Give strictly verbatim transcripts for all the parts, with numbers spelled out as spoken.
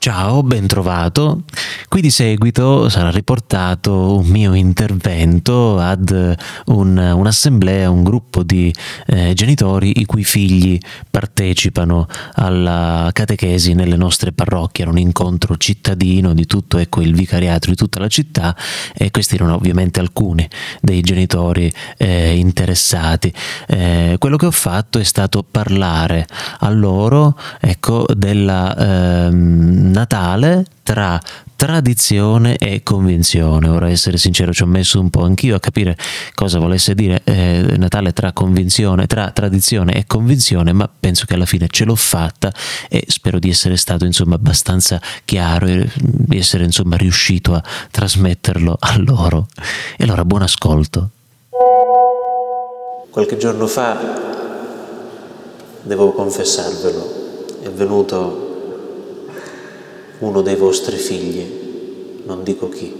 Ciao, ben trovato. Qui di seguito sarà riportato un mio intervento ad un, un'assemblea, un gruppo di eh, genitori i cui figli partecipano alla catechesi nelle nostre parrocchie. Era un incontro cittadino di tutto, ecco, il vicariato di tutta la città, e questi erano ovviamente alcuni dei genitori eh, interessati. Eh, quello che ho fatto è stato parlare a loro, ecco, della ehm, Natale tra tradizione e convinzione. Ora, essere sincero, ci ho messo un po' anch'io a capire cosa volesse dire eh, Natale tra convinzione, tra tradizione e convinzione, ma penso che alla fine ce l'ho fatta e spero di essere stato insomma abbastanza chiaro e di essere insomma riuscito a trasmetterlo a loro. E allora, buon ascolto. Qualche giorno fa, devo confessarvelo, è venuto uno dei vostri figli, non dico chi,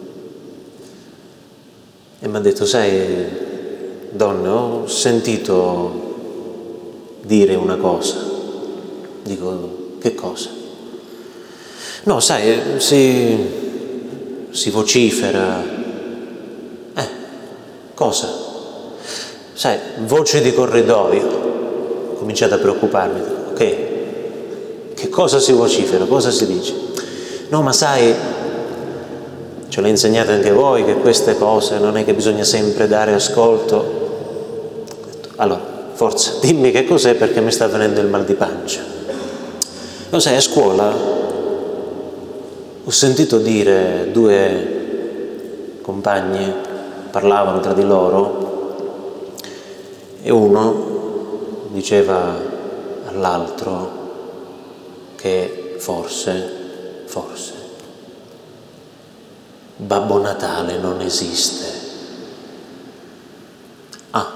e mi ha detto: sai, donna, ho sentito dire una cosa. Dico: che cosa? No, sai, si, si vocifera. Eh, cosa? Sai, voce di corridoio. Ho cominciato a preoccuparmi. Ok, che cosa si vocifera? Cosa si dice? No, ma sai, ce l'ha insegnato anche voi che queste cose non è che bisogna sempre dare ascolto. Allora, forza, dimmi che cos'è, perché mi sta venendo il mal di pancia. Lo sai, a scuola ho sentito dire due compagni, parlavano tra di loro, e uno diceva all'altro che forse, forse, Babbo Natale non esiste. Ah.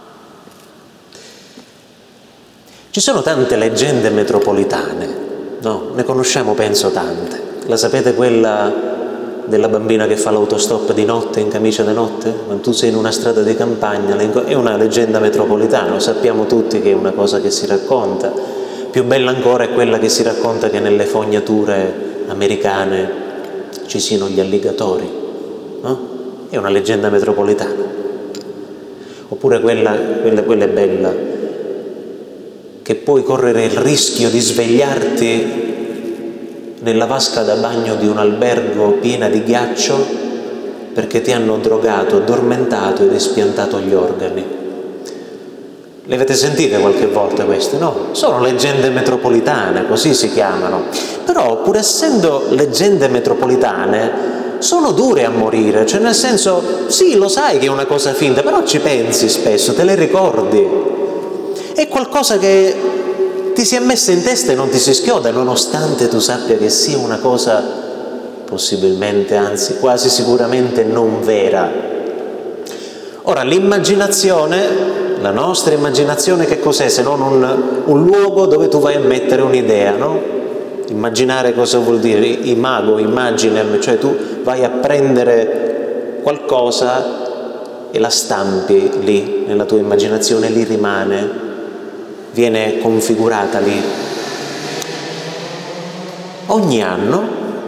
Ci sono tante leggende metropolitane, no? Ne conosciamo, penso, tante. La sapete quella della bambina che fa l'autostop di notte in camicia da notte? Quando tu sei in una strada di campagna, è una leggenda metropolitana, lo sappiamo tutti che è una cosa che si racconta. Più bella ancora è quella che si racconta che nelle fognature americane ci siano gli alligatori, no? È una leggenda metropolitana. Oppure quella, quella, quella è bella, che puoi correre il rischio di svegliarti nella vasca da bagno di un albergo piena di ghiaccio perché ti hanno drogato, addormentato ed espiantato gli organi. Le avete sentite qualche volta queste? No? Sono leggende metropolitane, così si chiamano. Però, pur essendo leggende metropolitane, sono dure a morire. Cioè, nel senso, sì, lo sai che è una cosa finta, però ci pensi spesso, te le ricordi. È qualcosa che ti si è messa in testa e non ti si schioda, nonostante tu sappia che sia una cosa possibilmente, anzi quasi sicuramente non vera. Ora, l'immaginazione, la nostra immaginazione, che cos'è se non un, un luogo dove tu vai a mettere un'idea, no? Immaginare cosa vuol dire? Imago, immaginem, cioè tu vai a prendere qualcosa e la stampi lì, nella tua immaginazione, lì rimane, viene configurata lì. Ogni anno,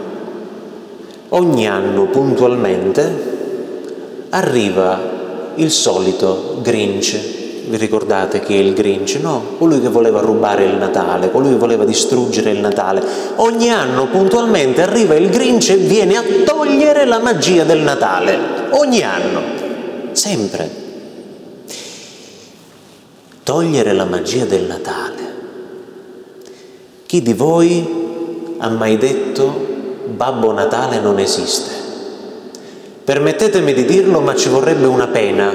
ogni anno puntualmente arriva il solito Grinch. Vi ricordate chi è il Grinch? No? Colui che voleva rubare il Natale, colui che voleva distruggere il Natale. Ogni anno puntualmente arriva il Grinch e viene a togliere la magia del Natale. Ogni anno. Sempre. Togliere la magia del Natale. Chi di voi ha mai detto Babbo Natale non esiste? Permettetemi di dirlo, ma ci vorrebbe una pena.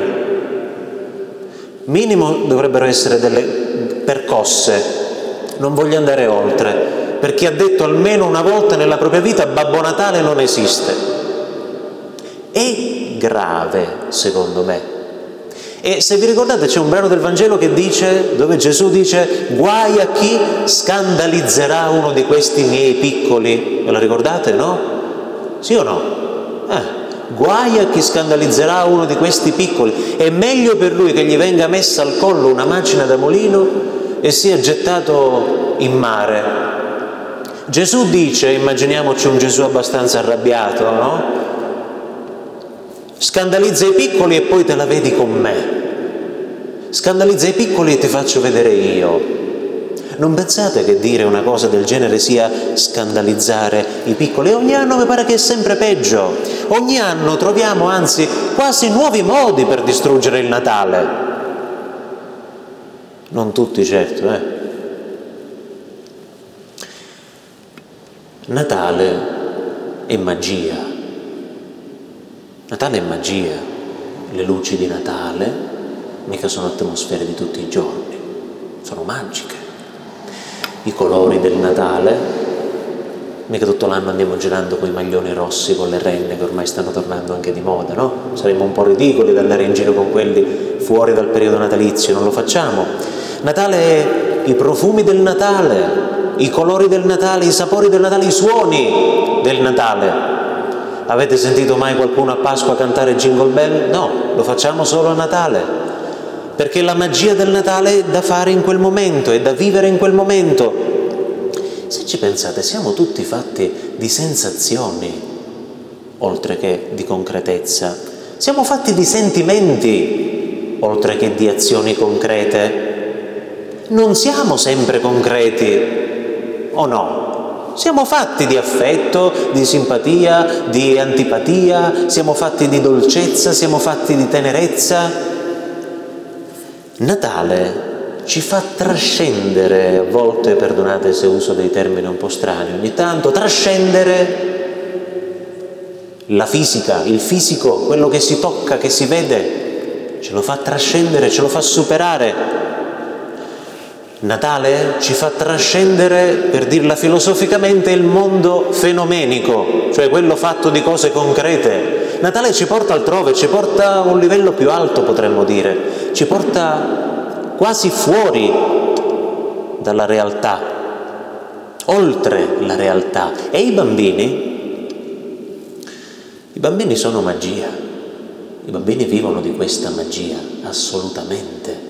Minimo dovrebbero essere delle percosse. Non voglio andare oltre. Per chi ha detto almeno una volta nella propria vita Babbo Natale non esiste. È grave, secondo me. E se vi ricordate, c'è un brano del Vangelo che dice, dove Gesù dice: guai a chi scandalizzerà uno di questi miei piccoli. Ve la ricordate, no? Sì o no? Eh. Guai a chi scandalizzerà uno di questi piccoli. È meglio per lui che gli venga messa al collo una macina da mulino e sia gettato in mare. Gesù dice, immaginiamoci un Gesù abbastanza arrabbiato, no? Scandalizza i piccoli e poi te la vedi con me. Scandalizza i piccoli e ti faccio vedere io. Non pensate che dire una cosa del genere sia scandalizzare i piccoli? E ogni anno mi pare che è sempre peggio. Ogni anno troviamo anzi quasi nuovi modi per distruggere il Natale. Non tutti, certo, eh. Natale è magia. Natale è magia. Le luci di Natale mica sono atmosfere di tutti i giorni, sono magiche. I colori del Natale, mica tutto l'anno andiamo girando con i maglioni rossi, con le renne che ormai stanno tornando anche di moda, no? Saremmo un po' ridicoli ad andare in giro con quelli fuori dal periodo natalizio, non lo facciamo. Natale è i profumi del Natale, i colori del Natale, i sapori del Natale, i suoni del Natale. Avete sentito mai qualcuno a Pasqua cantare Jingle Bell? No, lo facciamo solo a Natale. Perché la magia del Natale è da fare in quel momento, è da vivere in quel momento. Se ci pensate, siamo tutti fatti di sensazioni, oltre che di concretezza. Siamo fatti di sentimenti, oltre che di azioni concrete. Non siamo sempre concreti, o no? Siamo fatti di affetto, di simpatia, di antipatia, siamo fatti di dolcezza, siamo fatti di tenerezza. Natale ci fa trascendere, a volte, perdonate se uso dei termini un po' strani ogni tanto, trascendere la fisica, il fisico, quello che si tocca, che si vede, ce lo fa trascendere, ce lo fa superare. Natale ci fa trascendere, per dirla filosoficamente, il mondo fenomenico, cioè quello fatto di cose concrete. Natale ci porta altrove, ci porta a un livello più alto, potremmo dire, ci porta quasi fuori dalla realtà, oltre la realtà. E i bambini, i bambini sono magia, i bambini vivono di questa magia, assolutamente.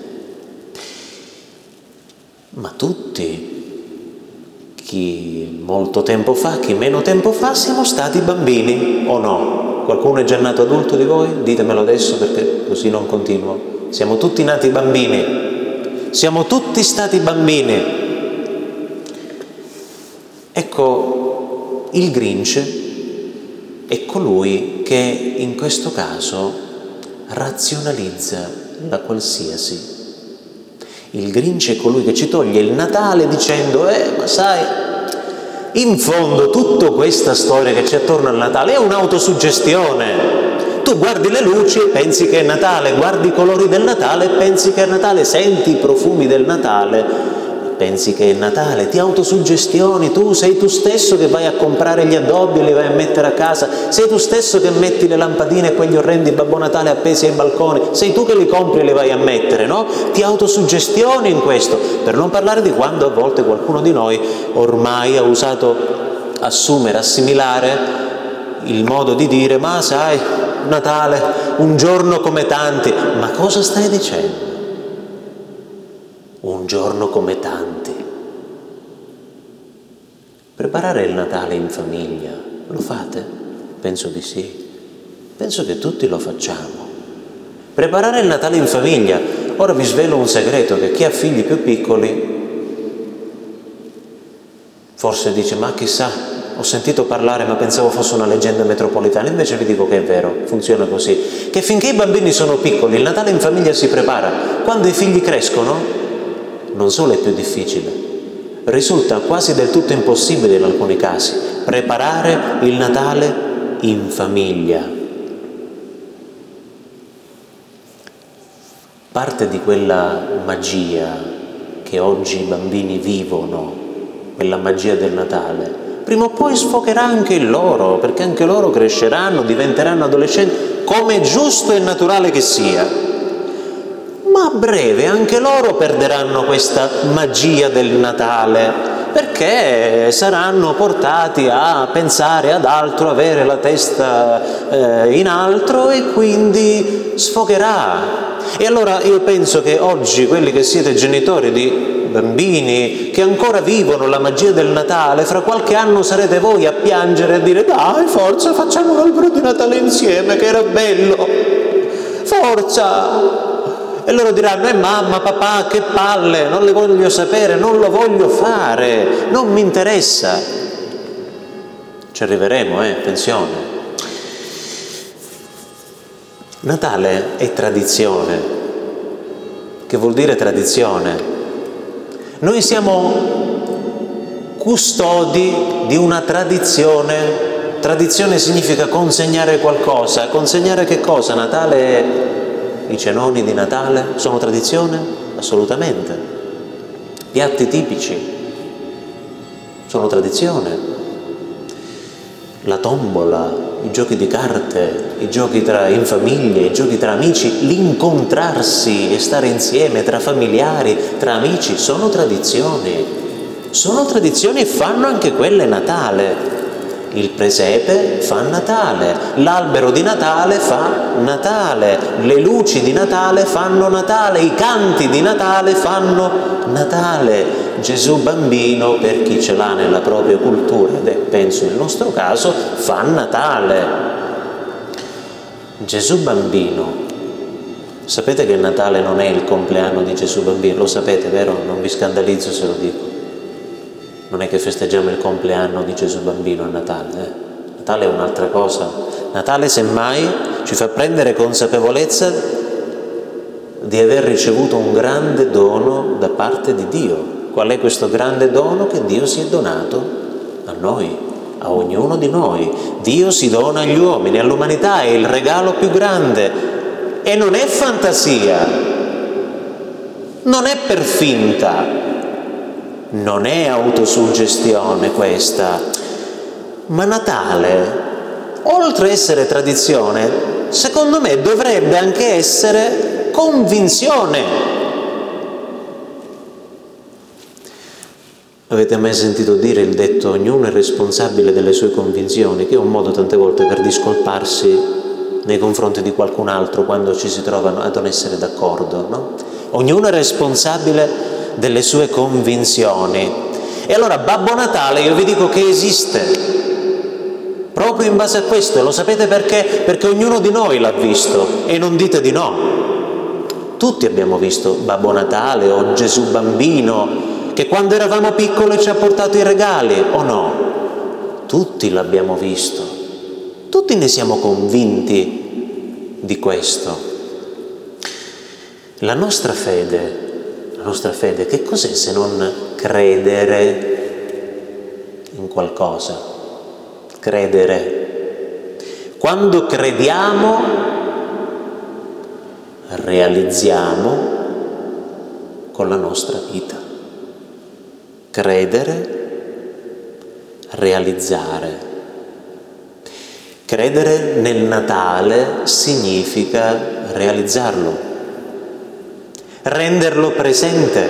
Ma tutti, chi molto tempo fa, chi meno tempo fa, siamo stati bambini, o no? Qualcuno è già nato adulto di voi? Ditemelo adesso, perché così non continuo. Siamo tutti nati bambini, siamo tutti stati bambini. Ecco, il Grinch è colui che in questo caso razionalizza la qualsiasi. Il Grinch è colui che ci toglie il Natale dicendo eh, ma sai, in fondo tutta questa storia che c'è attorno al Natale è un'autosuggestione. Tu guardi le luci e pensi che è Natale, guardi i colori del Natale e pensi che è Natale, senti i profumi del Natale, pensi che è Natale, ti autosuggestioni, tu sei tu stesso che vai a comprare gli addobbi e li vai a mettere a casa, sei tu stesso che metti le lampadine e quegli orrendi Babbo Natale appesi ai balconi, sei tu che li compri e li vai a mettere, no? Ti autosuggestioni in questo, per non parlare di quando a volte qualcuno di noi ormai ha usato assumere, assimilare il modo di dire ma sai, Natale, un giorno come tanti. Ma cosa stai dicendo? Un giorno come tanti. Preparare il Natale in famiglia, lo fate? Penso di sì. Penso che tutti lo facciamo. Preparare il Natale in famiglia. Ora vi svelo un segreto, che chi ha figli più piccoli forse dice ma chissà, ho sentito parlare ma pensavo fosse una leggenda metropolitana, invece vi dico che è vero, funziona così, che finché i bambini sono piccoli il Natale in famiglia si prepara. Quando i figli crescono non solo è più difficile, risulta quasi del tutto impossibile in alcuni casi preparare il Natale in famiglia. Parte di quella magia che oggi i bambini vivono, quella magia del Natale, prima o poi sfogherà anche in loro, perché anche loro cresceranno, diventeranno adolescenti, come è giusto e naturale che sia. Ma a breve anche loro perderanno questa magia del Natale, perché saranno portati a pensare ad altro, avere la testa eh, in altro e quindi sfogherà. E allora io penso che oggi quelli che siete genitori di bambini che ancora vivono la magia del Natale, fra qualche anno sarete voi a piangere e a dire dai, forza, facciamo l'albero di Natale insieme, che era bello, forza! E loro diranno, eh mamma, papà, che palle, non le voglio sapere, non lo voglio fare, non mi interessa. Ci arriveremo, eh, attenzione. Natale è tradizione. Che vuol dire tradizione? Noi siamo custodi di una tradizione. Tradizione significa consegnare qualcosa. Consegnare che cosa? Natale è... I cenoni di Natale sono tradizione? Assolutamente. Piatti tipici sono tradizione. La tombola, i giochi di carte, i giochi tra in famiglia, i giochi tra amici, l'incontrarsi e stare insieme tra familiari, tra amici, sono tradizioni. Sono tradizioni e fanno anche quelle Natale. Il presepe fa Natale, l'albero di Natale fa Natale, le luci di Natale fanno Natale, i canti di Natale fanno Natale. Gesù bambino, per chi ce l'ha nella propria cultura, ed è penso il nostro caso, fa Natale. Gesù bambino. Sapete che Natale non è il compleanno di Gesù bambino? Lo sapete, vero? Non vi scandalizzo se lo dico. Non è che festeggiamo il compleanno di Gesù bambino a Natale, eh? Natale è un'altra cosa. Natale semmai ci fa prendere consapevolezza di aver ricevuto un grande dono da parte di Dio. Qual è questo grande dono? Che Dio si è donato a noi, a ognuno di noi. Dio si dona agli uomini, all'umanità, è il regalo più grande. E non è fantasia, non è per finta. Non è autosuggestione questa, ma Natale, oltre a essere tradizione, secondo me dovrebbe anche essere convinzione. Avete mai sentito dire il detto ognuno è responsabile delle sue convinzioni, che è un modo tante volte per discolparsi nei confronti di qualcun altro quando ci si trovano a non essere d'accordo, no? Ognuno è responsabile delle sue convinzioni. E allora Babbo Natale io vi dico che esiste proprio in base a questo, e lo sapete perché? Perché ognuno di noi l'ha visto, e non dite di no. Tutti abbiamo visto Babbo Natale o Gesù bambino che quando eravamo piccoli ci ha portato i regali, o no? Tutti l'abbiamo visto, tutti ne siamo convinti di questo. La nostra fede La nostra fede che cos'è se non credere in qualcosa? Credere. Quando crediamo, realizziamo con la nostra vita. Credere, realizzare. Credere nel Natale significa realizzarlo. Renderlo presente.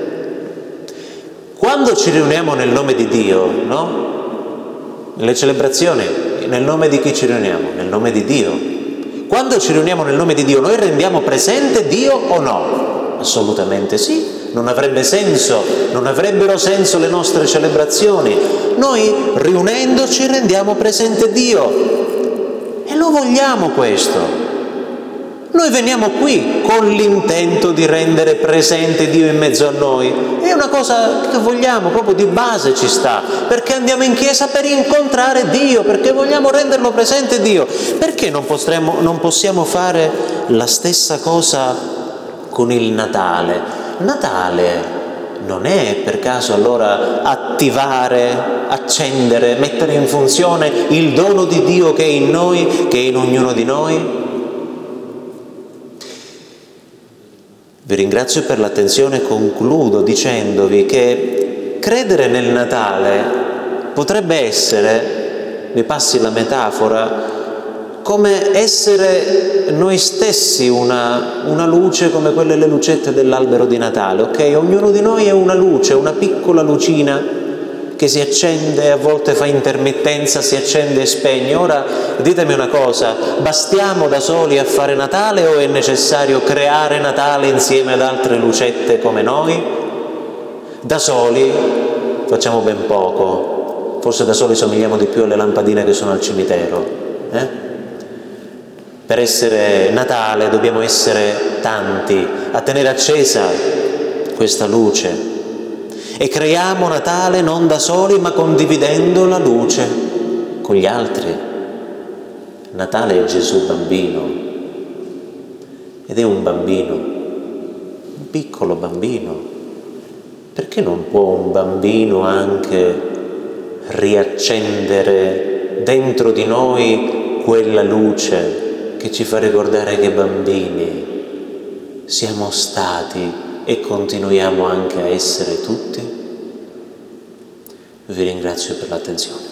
Quando ci riuniamo nel nome di Dio, no? Nelle celebrazioni, nel nome di chi ci riuniamo? Nel nome di Dio. Quando ci riuniamo nel nome di Dio, noi rendiamo presente Dio o no? Assolutamente sì. Non avrebbe senso, non avrebbero senso le nostre celebrazioni. Noi riunendoci rendiamo presente Dio. E lo vogliamo questo. Noi veniamo qui con l'intento di rendere presente Dio in mezzo a noi. È una cosa che vogliamo, proprio di base ci sta, perché andiamo in chiesa per incontrare Dio, perché vogliamo renderlo presente Dio. Perché non potremmo, non possiamo fare la stessa cosa con il Natale? Natale non è per caso allora attivare, accendere, mettere in funzione il dono di Dio che è in noi, che è in ognuno di noi? Vi ringrazio per l'attenzione, concludo dicendovi che credere nel Natale potrebbe essere, mi passi la metafora, come essere noi stessi una, una luce come quelle le lucette dell'albero di Natale, ok? Ognuno di noi è una luce, una piccola lucina che si accende, a volte fa intermittenza, si accende e spegne. Ora ditemi una cosa, bastiamo da soli a fare Natale o è necessario creare Natale insieme ad altre lucette come noi? Da soli facciamo ben poco, forse da soli somigliamo di più alle lampadine che sono al cimitero. Eh? Per essere Natale dobbiamo essere tanti a tenere accesa questa luce e creiamo Natale non da soli ma condividendo la luce con gli altri. Natale è Gesù bambino ed è un bambino, un piccolo bambino. Perché non può un bambino anche riaccendere dentro di noi quella luce che ci fa ricordare che bambini siamo stati e continuiamo anche a essere tutti? Vi ringrazio per l'attenzione.